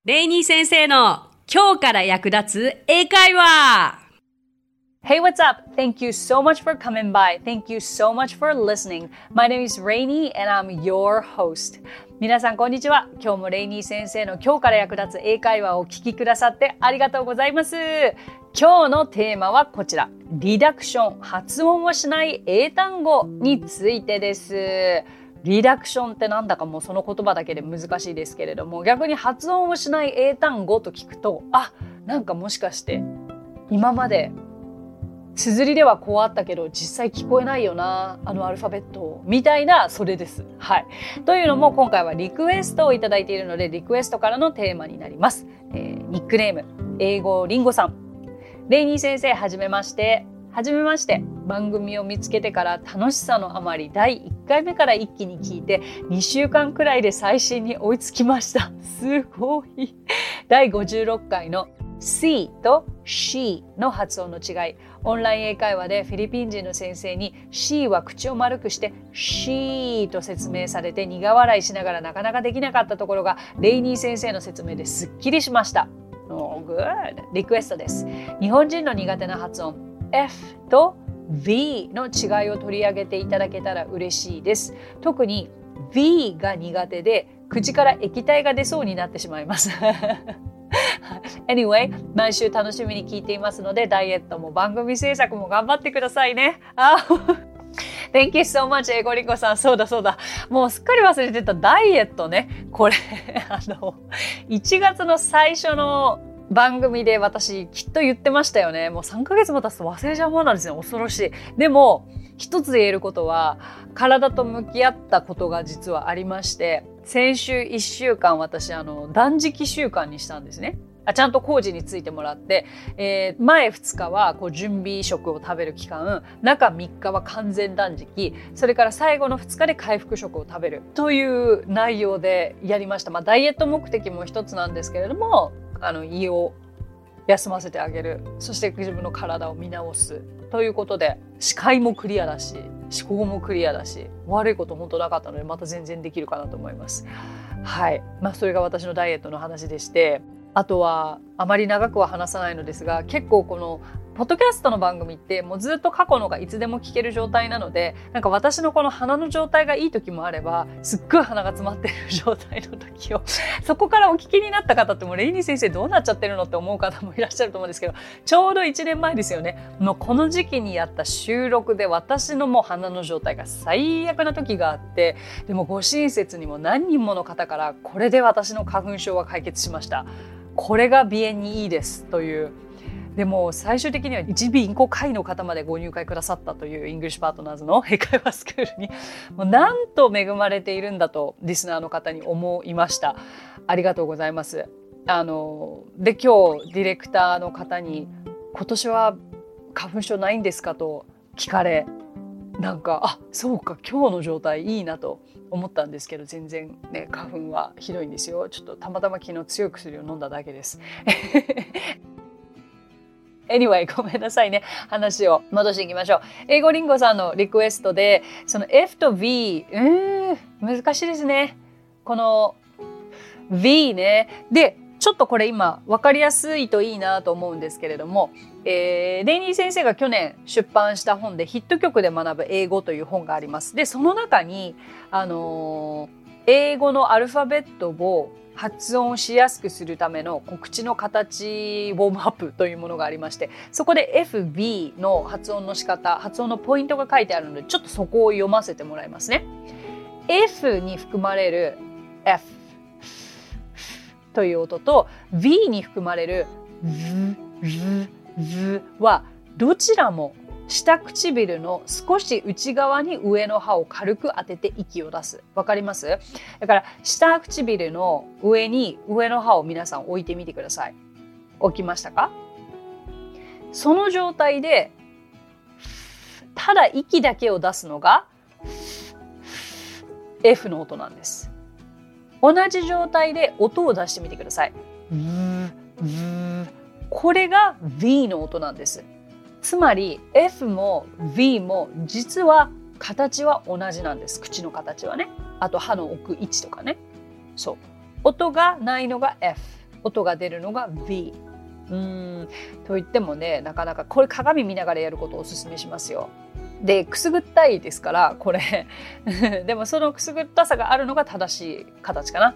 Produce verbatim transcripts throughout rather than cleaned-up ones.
レイニー先生の今日から役立つ英会話。 Hey, what's up? Thank you so much for coming by. Thank you so much for listening. My name is Rainy and I'm your host. 皆さんこんにちは。今日もレイニー先生の今日から役立つ英会話をお聞きくださってありがとうございます。今日のテーマはこちら。リダクション、発音をしない英単語についてです。リダクションってなんだかもうその言葉だけで難しいですけれども、逆に発音をしない英単語と聞くと、あ、なんかもしかして今まで綴りではこうあったけど実際聞こえないよな、あのアルファベットみたいな、それです。はい。というのも今回はリクエストをいただいているので、リクエストからのテーマになります。えー、ニックネーム英語リンゴさん。レイニー先生、はじめまして。はじめまして。番組を見つけてから楽しさのあまりだいいっかいめから一気に聞いてにしゅうかんくらいで最新に追いつきました。すごい。だいごじゅうろっかいの C と C の発音の違い。オンライン英会話でフィリピン人の先生に C は口を丸くして C と説明されて苦笑いしながらなかなかできなかったところが、レイニー先生の説明ですっきりしました。Oh, good. リクエストです。日本人の苦手な発音 F と V の違いを取り上げていただけたら嬉しいです。特に V が苦手で口から液体が出そうになってしまいます。Anyway、毎週楽しみに聞いていますので、ダイエットも番組制作も頑張ってくださいね。Thank you so much 英語リコさん。そうだそうだ、もうすっかり忘れてた、ダイエットね。これあのいちがつの最初の番組で私きっと言ってましたよね。もうさんかげつも経つと忘れちゃうものなんですね。恐ろしい。でも一つ言えることは、体と向き合ったことが実はありまして、先週いっしゅうかん私あの断食習慣にしたんですね。あ、ちゃんと工事についてもらって、えー、前ふつかはこう準備食を食べる期間、中みっかは完全断食、それから最後のふつかで回復食を食べるという内容でやりました。まあダイエット目的も一つなんですけれども、あの胃を休ませてあげる、そして自分の体を見直すということで、視界もクリアだし思考もクリアだし、悪いこと本当なかったので、また全然できるかなと思います。はい。まあそれが私のダイエットの話でして、あとはあまり長くは話さないのですが、結構このポッドキャストの番組ってもうずっと過去のがいつでも聞ける状態なので、なんか私のこの鼻の状態がいい時もあれば、すっごい鼻が詰まってる状態の時をそこからお聞きになった方ってもうレイニー先生どうなっちゃってるのって思う方もいらっしゃると思うんですけど、ちょうどいちねんまえですよね。もうこの時期にやった収録で私のもう鼻の状態が最悪な時があって、でもご親切にも何人もの方からこれで私の花粉症は解決しました、これが鼻炎にいいですという、でも最終的には一尾インコ会の方までご入会くださったというイングリッシュパートナーズの英会話スクールに、もうなんと恵まれているんだとリスナーの方に思いました。ありがとうございます。あので今日ディレクターの方に今年は花粉症ないんですかと聞かれ、なんかあそうか今日の状態いいなと思ったんですけど、全然ね花粉はひどいんですよ。ちょっとたまたま昨日強い薬を飲んだだけです。Anyway、ごめんなさいね。話を戻していきましょう。英語リンゴさんのリクエストで、その F と V、うーん、難しいですね。この V ね。で、ちょっとこれ今分かりやすいといいなと思うんですけれども、えー、レイニー先生が去年出版した本でヒット曲で学ぶ英語という本があります。で、その中に、あのー、英語のアルファベットを発音しやすくするための口の形ウォームアップというものがありまして、そこで エフビー の発音の仕方、発音のポイントが書いてあるので、ちょっとそこを読ませてもらいますね。 F に含まれる F という音と V に含まれる V, V, V はどちらも下唇の少し内側に上の歯を軽く当てて息を出す。わかります？だから下唇の上に上の歯を皆さん置いてみてください。置きましたか？その状態でただ息だけを出すのが F の音なんです。同じ状態で音を出してみてください。これが V の音なんです。つまり F も V も実は形は同じなんです。口の形はね。あと歯の置く位置とかね。そう。音がないのが F。 音が出るのが V。うーんと言ってもね、なかなかこれ鏡見ながらやることをおすすめしますよ。で、くすぐったいですからこれでもそのくすぐったさがあるのが正しい形かな。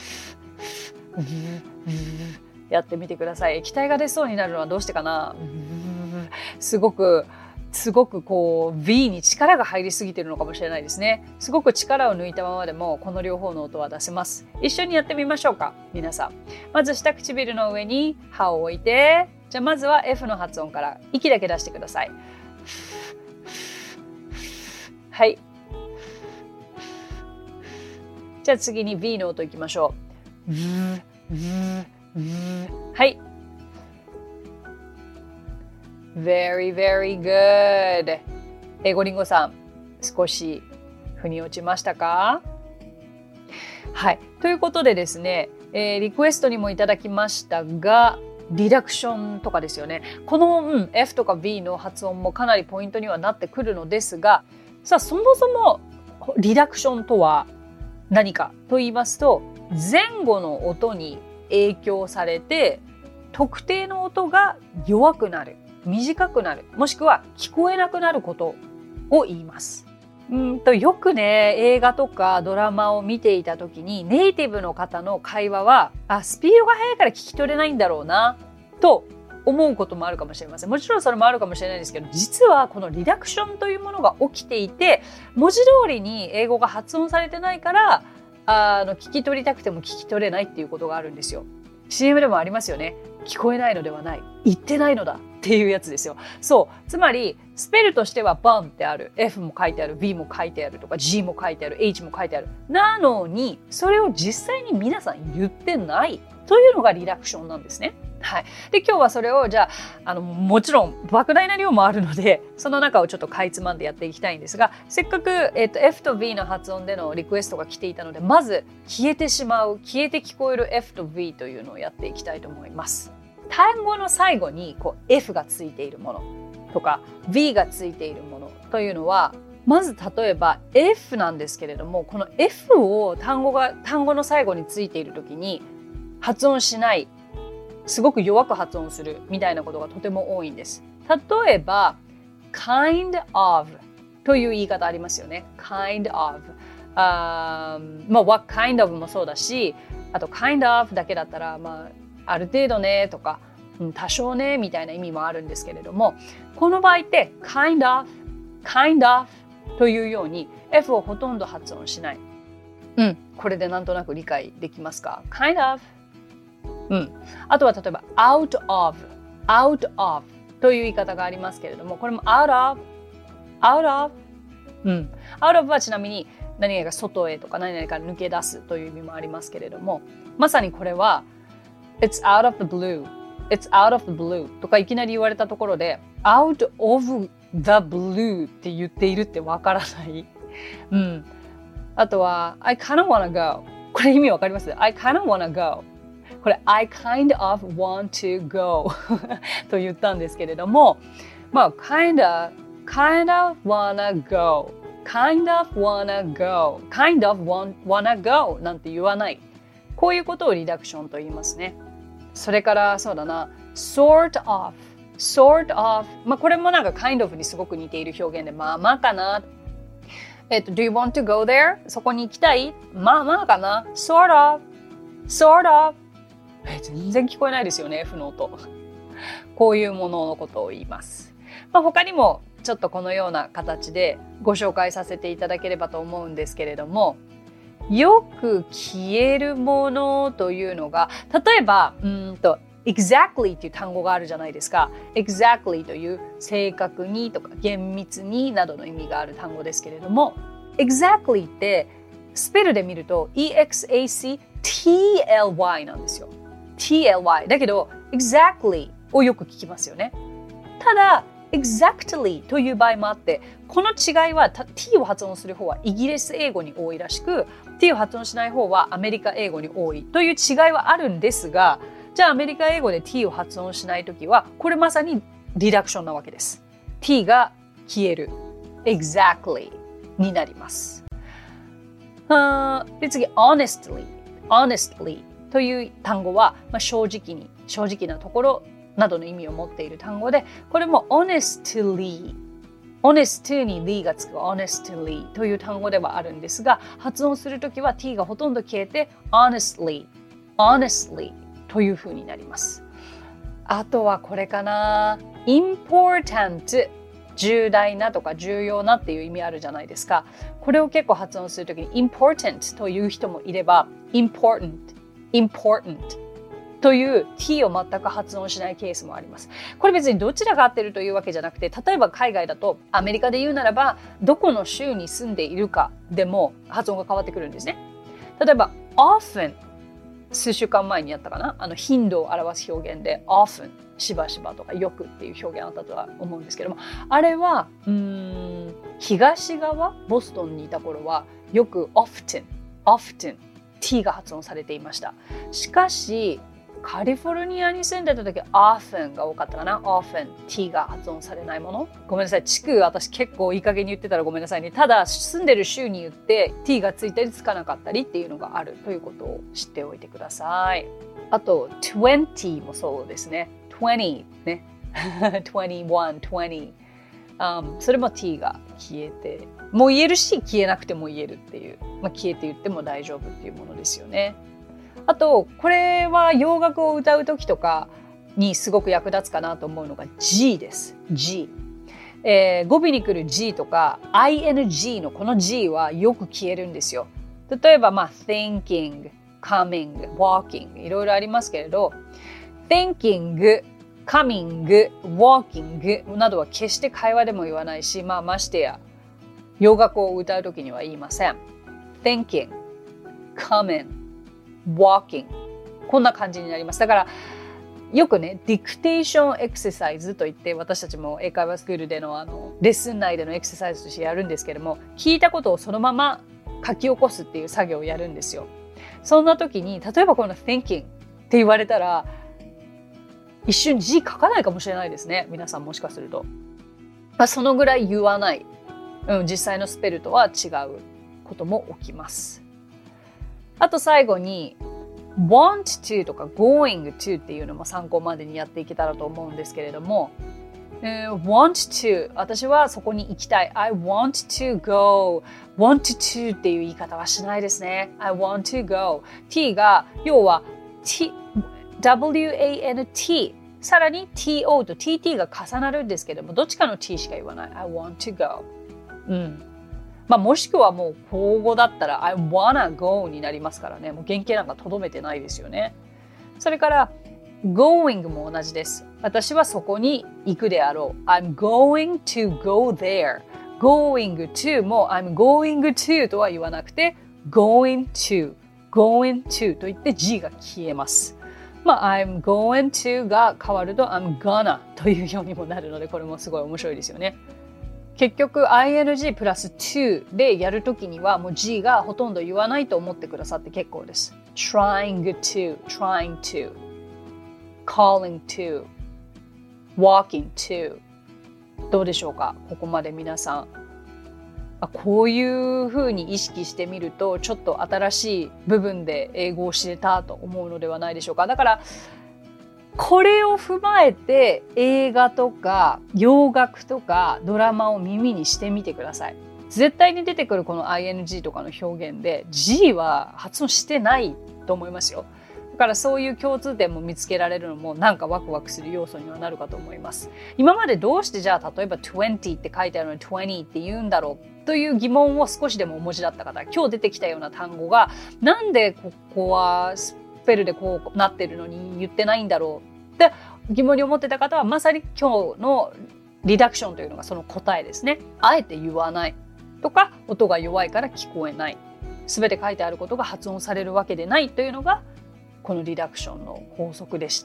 やってみてください。液体が出そうになるのはどうしてかな。すごくすごくこう V に力が入りすぎてるのかもしれないですね。すごく力を抜いたままでもこの両方の音は出せます。一緒にやってみましょうか、皆さん。まず下唇の上に歯を置いて、じゃあまずは F の発音から息だけ出してください。はい。じゃあ次に V の音いきましょう。はい。Very, very good. 英語リンゴさん、少し腑に落ちましたか？はい。ということでですね、えー、リクエストにもいただきましたが、リダクションとかですよね。この、うん、F とか V の発音もかなりポイントにはなってくるのですが、さあ、そもそもリダクションとは何かと言いますと、前後の音に影響されて、特定の音が弱くなる。短くなる、もしくは聞こえなくなることを言います。うんとよくね、映画とかドラマを見ていた時にネイティブの方の会話はあスピードが速いから聞き取れないんだろうなと思うこともあるかもしれません。もちろんそれもあるかもしれないですけど、実はこのリダクションというものが起きていて、文字通りに英語が発音されてないからあの聞き取りたくても聞き取れないっていうことがあるんですよ。 シーエム でもありますよね。聞こえないのではない、言ってないのだっていうやつですよ。そう、つまりスペルとしてはバンってある、 F も書いてある、 V も書いてあるとか G も書いてある、 H も書いてある。なのにそれを実際に皆さん言ってないというのがリダクションなんですね。はい、で今日はそれをじゃあ、あのもちろん莫大な量もあるのでその中をちょっとかいつまんでやっていきたいんですが、せっかく、えっと、F と V の発音でのリクエストが来ていたので、まず消えてしまう、消えて聞こえる F と V というのをやっていきたいと思います。単語の最後にこう F がついているものとか V がついているものというのは、まず例えば F なんですけれども、この F を単語が単語の最後についているときに発音しない、すごく弱く発音するみたいなことがとても多いんです。例えば kind of という言い方ありますよね。kind of、あまあ what kind of もそうだし、あと kind of だけだったらまあある程度ねとか、多少ねみたいな意味もあるんですけれども、この場合って kind of kind of というように F をほとんど発音しない。うん、これでなんとなく理解できますか？ kind of。うん、あとは例えば out of out of という言い方がありますけれども、これも out of out of、うん、out of はちなみに何々が外へとか何々から抜け出すという意味もありますけれども、まさにこれは it's out of the blue it's out of the blue とかいきなり言われたところで out of the blue って言っているってわからない、うん、あとは I kind of wanna go、 これ意味わかります？ I kind of wanna go、これ I kind of want to go と言ったんですけれども、まあ kind of kind of wanna go kind of wanna go kind of wanna go なんて言わない。こういうことをリダクションと言いますね。それからそうだな sort of sort of、まあこれもなんか kind of にすごく似ている表現で、まあまあかな。えっと do you want to go there、 そこに行きたい、まあまあかな。 sort of sort of、え全然聞こえないですよね F の音。こういうもののことを言います。まあ、他にもちょっとこのような形でご紹介させていただければと思うんですけれども、よく消えるものというのが、例えばうんと exactly という単語があるじゃないですか。exactly という正確にとか厳密になどの意味がある単語ですけれども、exactly ってスペルで見ると イーエックスエーシーティーエルワイ なんですよ。ティーエルワイ だけど exactly をよく聞きますよね。ただ exactly という場合もあって、この違いは t を発音する方はイギリス英語に多いらしく、 t を発音しない方はアメリカ英語に多いという違いはあるんですが、じゃあアメリカ英語で t を発音しないときはこれまさにリダクションなわけです。 t が消える exactly になります。で次 honestly honestly という単語は、まあ、正直に正直なところなどの意味を持っている単語で、これも honestly honest に ly がつく honestly という単語ではあるんですが、発音するときは t がほとんど消えて honestly honestly というふうになります。あとはこれかな、 important 重大なとか重要なっていう意味あるじゃないですか。これを結構発音するときに important という人もいれば important important という t を全く発音しないケースもあります。これ別にどちらが合ってるというわけじゃなくて、例えば海外だとアメリカで言うならばどこの州に住んでいるかでも発音が変わってくるんですね。例えば often、 数週間前にやったかな、あの頻度を表す表現で often、 しばしばとかよくっていう表現あったとは思うんですけども、あれはうーん東側ボストンにいた頃はよく often often t が発音されていました。しかしカリフォルニアに住んでた時は often が多かったかな。 often t が発音されないもの。ごめんなさい、地区私結構いい加減に言ってたらごめんなさいね。ただ住んでる州に言って t がついたりつかなかったりっていうのがあるということを知っておいてください。あとにじゅうもそうですね。にじゅうねにじゅういち、にじゅう、um, それも t が消えてもう言えるし、消えなくても言えるっていう、まあ、消えて言っても大丈夫っていうものですよね。あとこれは洋楽を歌う時とかにすごく役立つかなと思うのが G です。 G、えー、語尾に来る G とか アイエヌジー のこの G はよく消えるんですよ。例えばまあ thinking、coming、walking いろいろありますけれど、 thinking、coming、walking などは決して会話でも言わないし、まあましてや洋楽を歌う時には言いません。 thinking、coming、walking こんな感じになります。だからよくね、ディクテーションエクササイズといって、私たちも英会話スクールでのあのレッスン内でのエクササイズとしてやるんですけれども、聞いたことをそのまま書き起こすっていう作業をやるんですよ。そんな時に例えばこの thinking って言われたら一瞬 G 書かないかもしれないですね。皆さんもしかすると、まあ、そのぐらい言わない、うん、実際のスペルとは違うことも起きます。あと最後に want to とか going to っていうのも参考までにやっていけたらと思うんですけれども、えー、want to 私はそこに行きたい。 I want to go want to っていう言い方はしないですね。 I want to go t が要は t want さらに to と tt が重なるんですけども、どっちかの t しか言わない。 I want to go、うんまあ、もしくはもう口語だったら I wanna go になりますからね。もう原型なんかとどめてないですよね。それから going も同じです。私はそこに行くであろう。I'm going to go there。 going to も I'm going to とは言わなくて going to going to と言って G が消えます。まあ I'm going to が変わると I'm gonna というようにもなるので、これもすごい面白いですよね。結局 アイエヌジー プラス to でやるときにはもう G がほとんど言わないと思ってくださって結構です。trying to, trying to, calling to, walking to どうでしょうか。ここまで皆さんあこういうふうに意識してみるとちょっと新しい部分で英語を知れたと思うのではないでしょうか。だからこれを踏まえて映画とか洋楽とかドラマを耳にしてみてください。絶対に出てくるこの アイエヌジー とかの表現で G は発音してないと思いますよ。だからそういう共通点も見つけられるのもなんかワクワクする要素にはなるかと思います。今までどうしてじゃあ例えばにじゅうって書いてあるのににじゅうって言うんだろうという疑問を少しでもお持ちだった方、今日出てきたような単語がなんでここはスペルでこうなってるのに言ってないんだろうって疑問に思ってた方はまさに今日のリダクションというのがその答えですね。あえて言わないとか音が弱いから聞こえない、全て書いてあることが発音されるわけでないというのがこのリダクションの法則でした。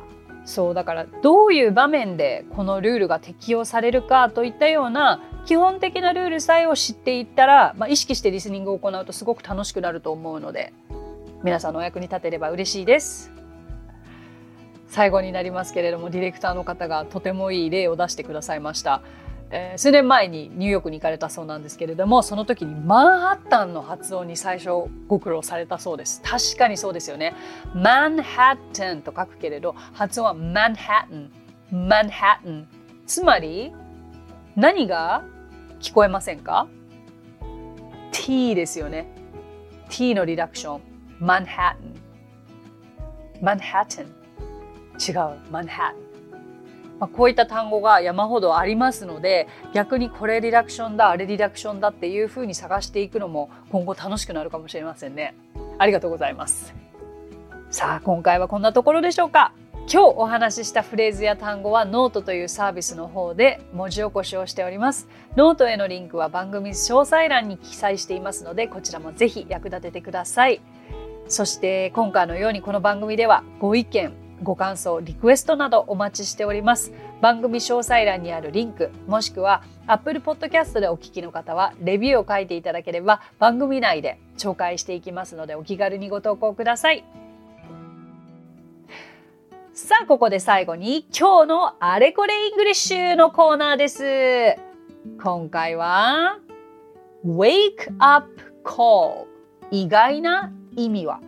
そうだからどういう場面でこのルールが適用されるかといったような基本的なルールさえを知っていったら、まあ、意識してリスニングを行うとすごく楽しくなると思うので皆さんのお役に立てれば嬉しいです。最後になりますけれどもディレクターの方がとてもいい例を出してくださいました。 えー、数年前にニューヨークに行かれたそうなんですけれども、その時にマンハッタンの発音に最初ご苦労されたそうです。確かにそうですよね。マンハッタンと書くけれど発音はマンハッタン、マンハッタン。つまり何が聞こえませんか？ T ですよね。 T のリダクション、マンハッタン、マンハッタン、違う、マンハッタン。まあ、こういった単語が山ほどありますので、逆にこれリダクションだ、あれリダクションだっていうふうに探していくのも今後楽しくなるかもしれませんね。ありがとうございます。さあ、今回はこんなところでしょうか。今日お話ししたフレーズや単語はノートというサービスの方で文字起こしをしております。ノートへのリンクは番組詳細欄に記載していますので、こちらもぜひ役立ててください。そして今回のようにこの番組ではご意見、ご感想、リクエストなどお待ちしております。番組詳細欄にあるリンク、もしくは Apple Podcast でお聞きの方はレビューを書いていただければ番組内で紹介していきますので、お気軽にご投稿ください。さあ、ここで最後に今日のあれこれイングリッシュのコーナーです。今回は Wake Up Call、 意外な意味は。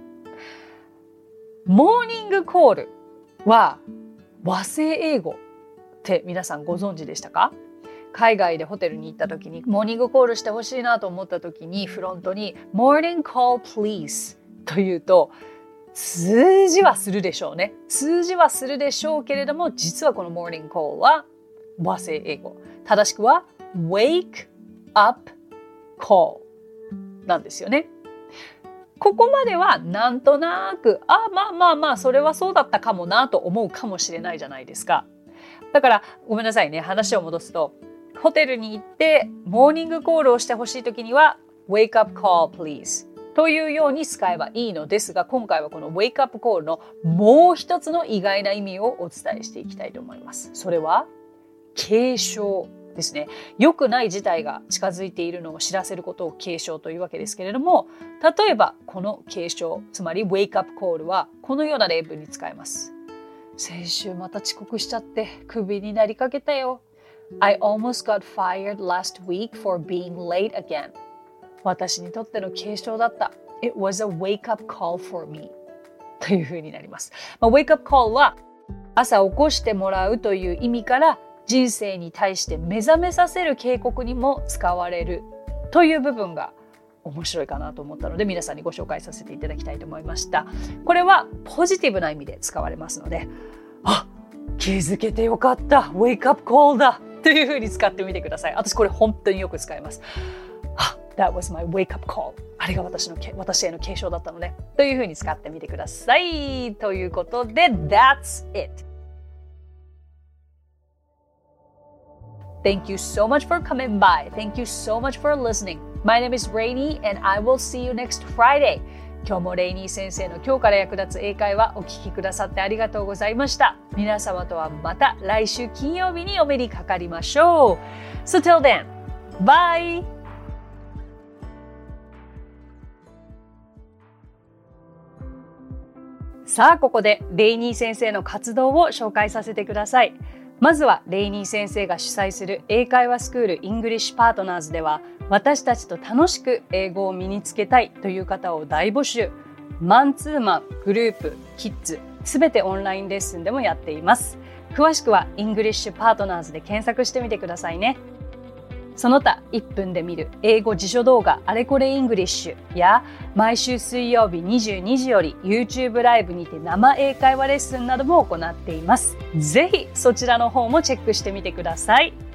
モーニングコールは和製英語って皆さんご存知でしたか？海外でホテルに行った時にモーニングコールしてほしいなと思った時にフロントに Morning call please というと通じはするでしょうね。通じはするでしょうけれども、実はこの Morning call は和製英語。正しくは Wake up call なんですよね。ここまではなんとなく、あ、まあまあまあ、それはそうだったかもなと思うかもしれないじゃないですか。だからごめんなさいね、話を戻すと、ホテルに行ってモーニングコールをしてほしいときには Wake up call please というように使えばいいのですが、今回はこの Wake up call のもう一つの意外な意味をお伝えしていきたいと思います。それは警鐘ですね。良くない事態が近づいているのを知らせることを警鐘というわけですけれども、例えばこの警鐘、つまり Wake up call はこのような例文に使えます。先週また遅刻しちゃってクビになりかけたよ。I almost got fired last week for being late again. 私にとっての警鐘だった。It was a wake up call for me. というふうになります。まあ、wake up call は朝起こしてもらうという意味から人生に対して目覚めさせる警告にも使われるという部分が面白いかなと思ったので、皆さんにご紹介させていただきたいと思いました。これはポジティブな意味で使われますので、あ、気づけてよかった、Wake up call だというふうに使ってみてください。私これ本当によく使います。あ、That was my wake up call。あれが私の私への警鐘だったのねというふうに使ってみてください。ということで That's it。Thank you so much for coming by. Thank you so much for listening. My name is Rainy and I will see you next Friday. 今日もレイニー先生の今日から役立つ英会話お聞きくださってありがとうございました。皆様とはまた来週金曜日にお目にかかりましょう。So till then, bye! さあ、ここでレイニー先生の活動を紹介させてください。まずはレイニー先生が主催する英会話スクールイングリッシュパートナーズでは、私たちと楽しく英語を身につけたいという方を大募集。マンツーマン、グループ、キッズ、すべてオンラインレッスンでもやっています。詳しくはイングリッシュパートナーズで検索してみてくださいね。その他いっぷんで見る英語辞書動画あれこれイングリッシュや毎週水曜日にじゅうにじより YouTube ライブにて生英会話レッスンなども行っています。ぜひそちらの方もチェックしてみてください。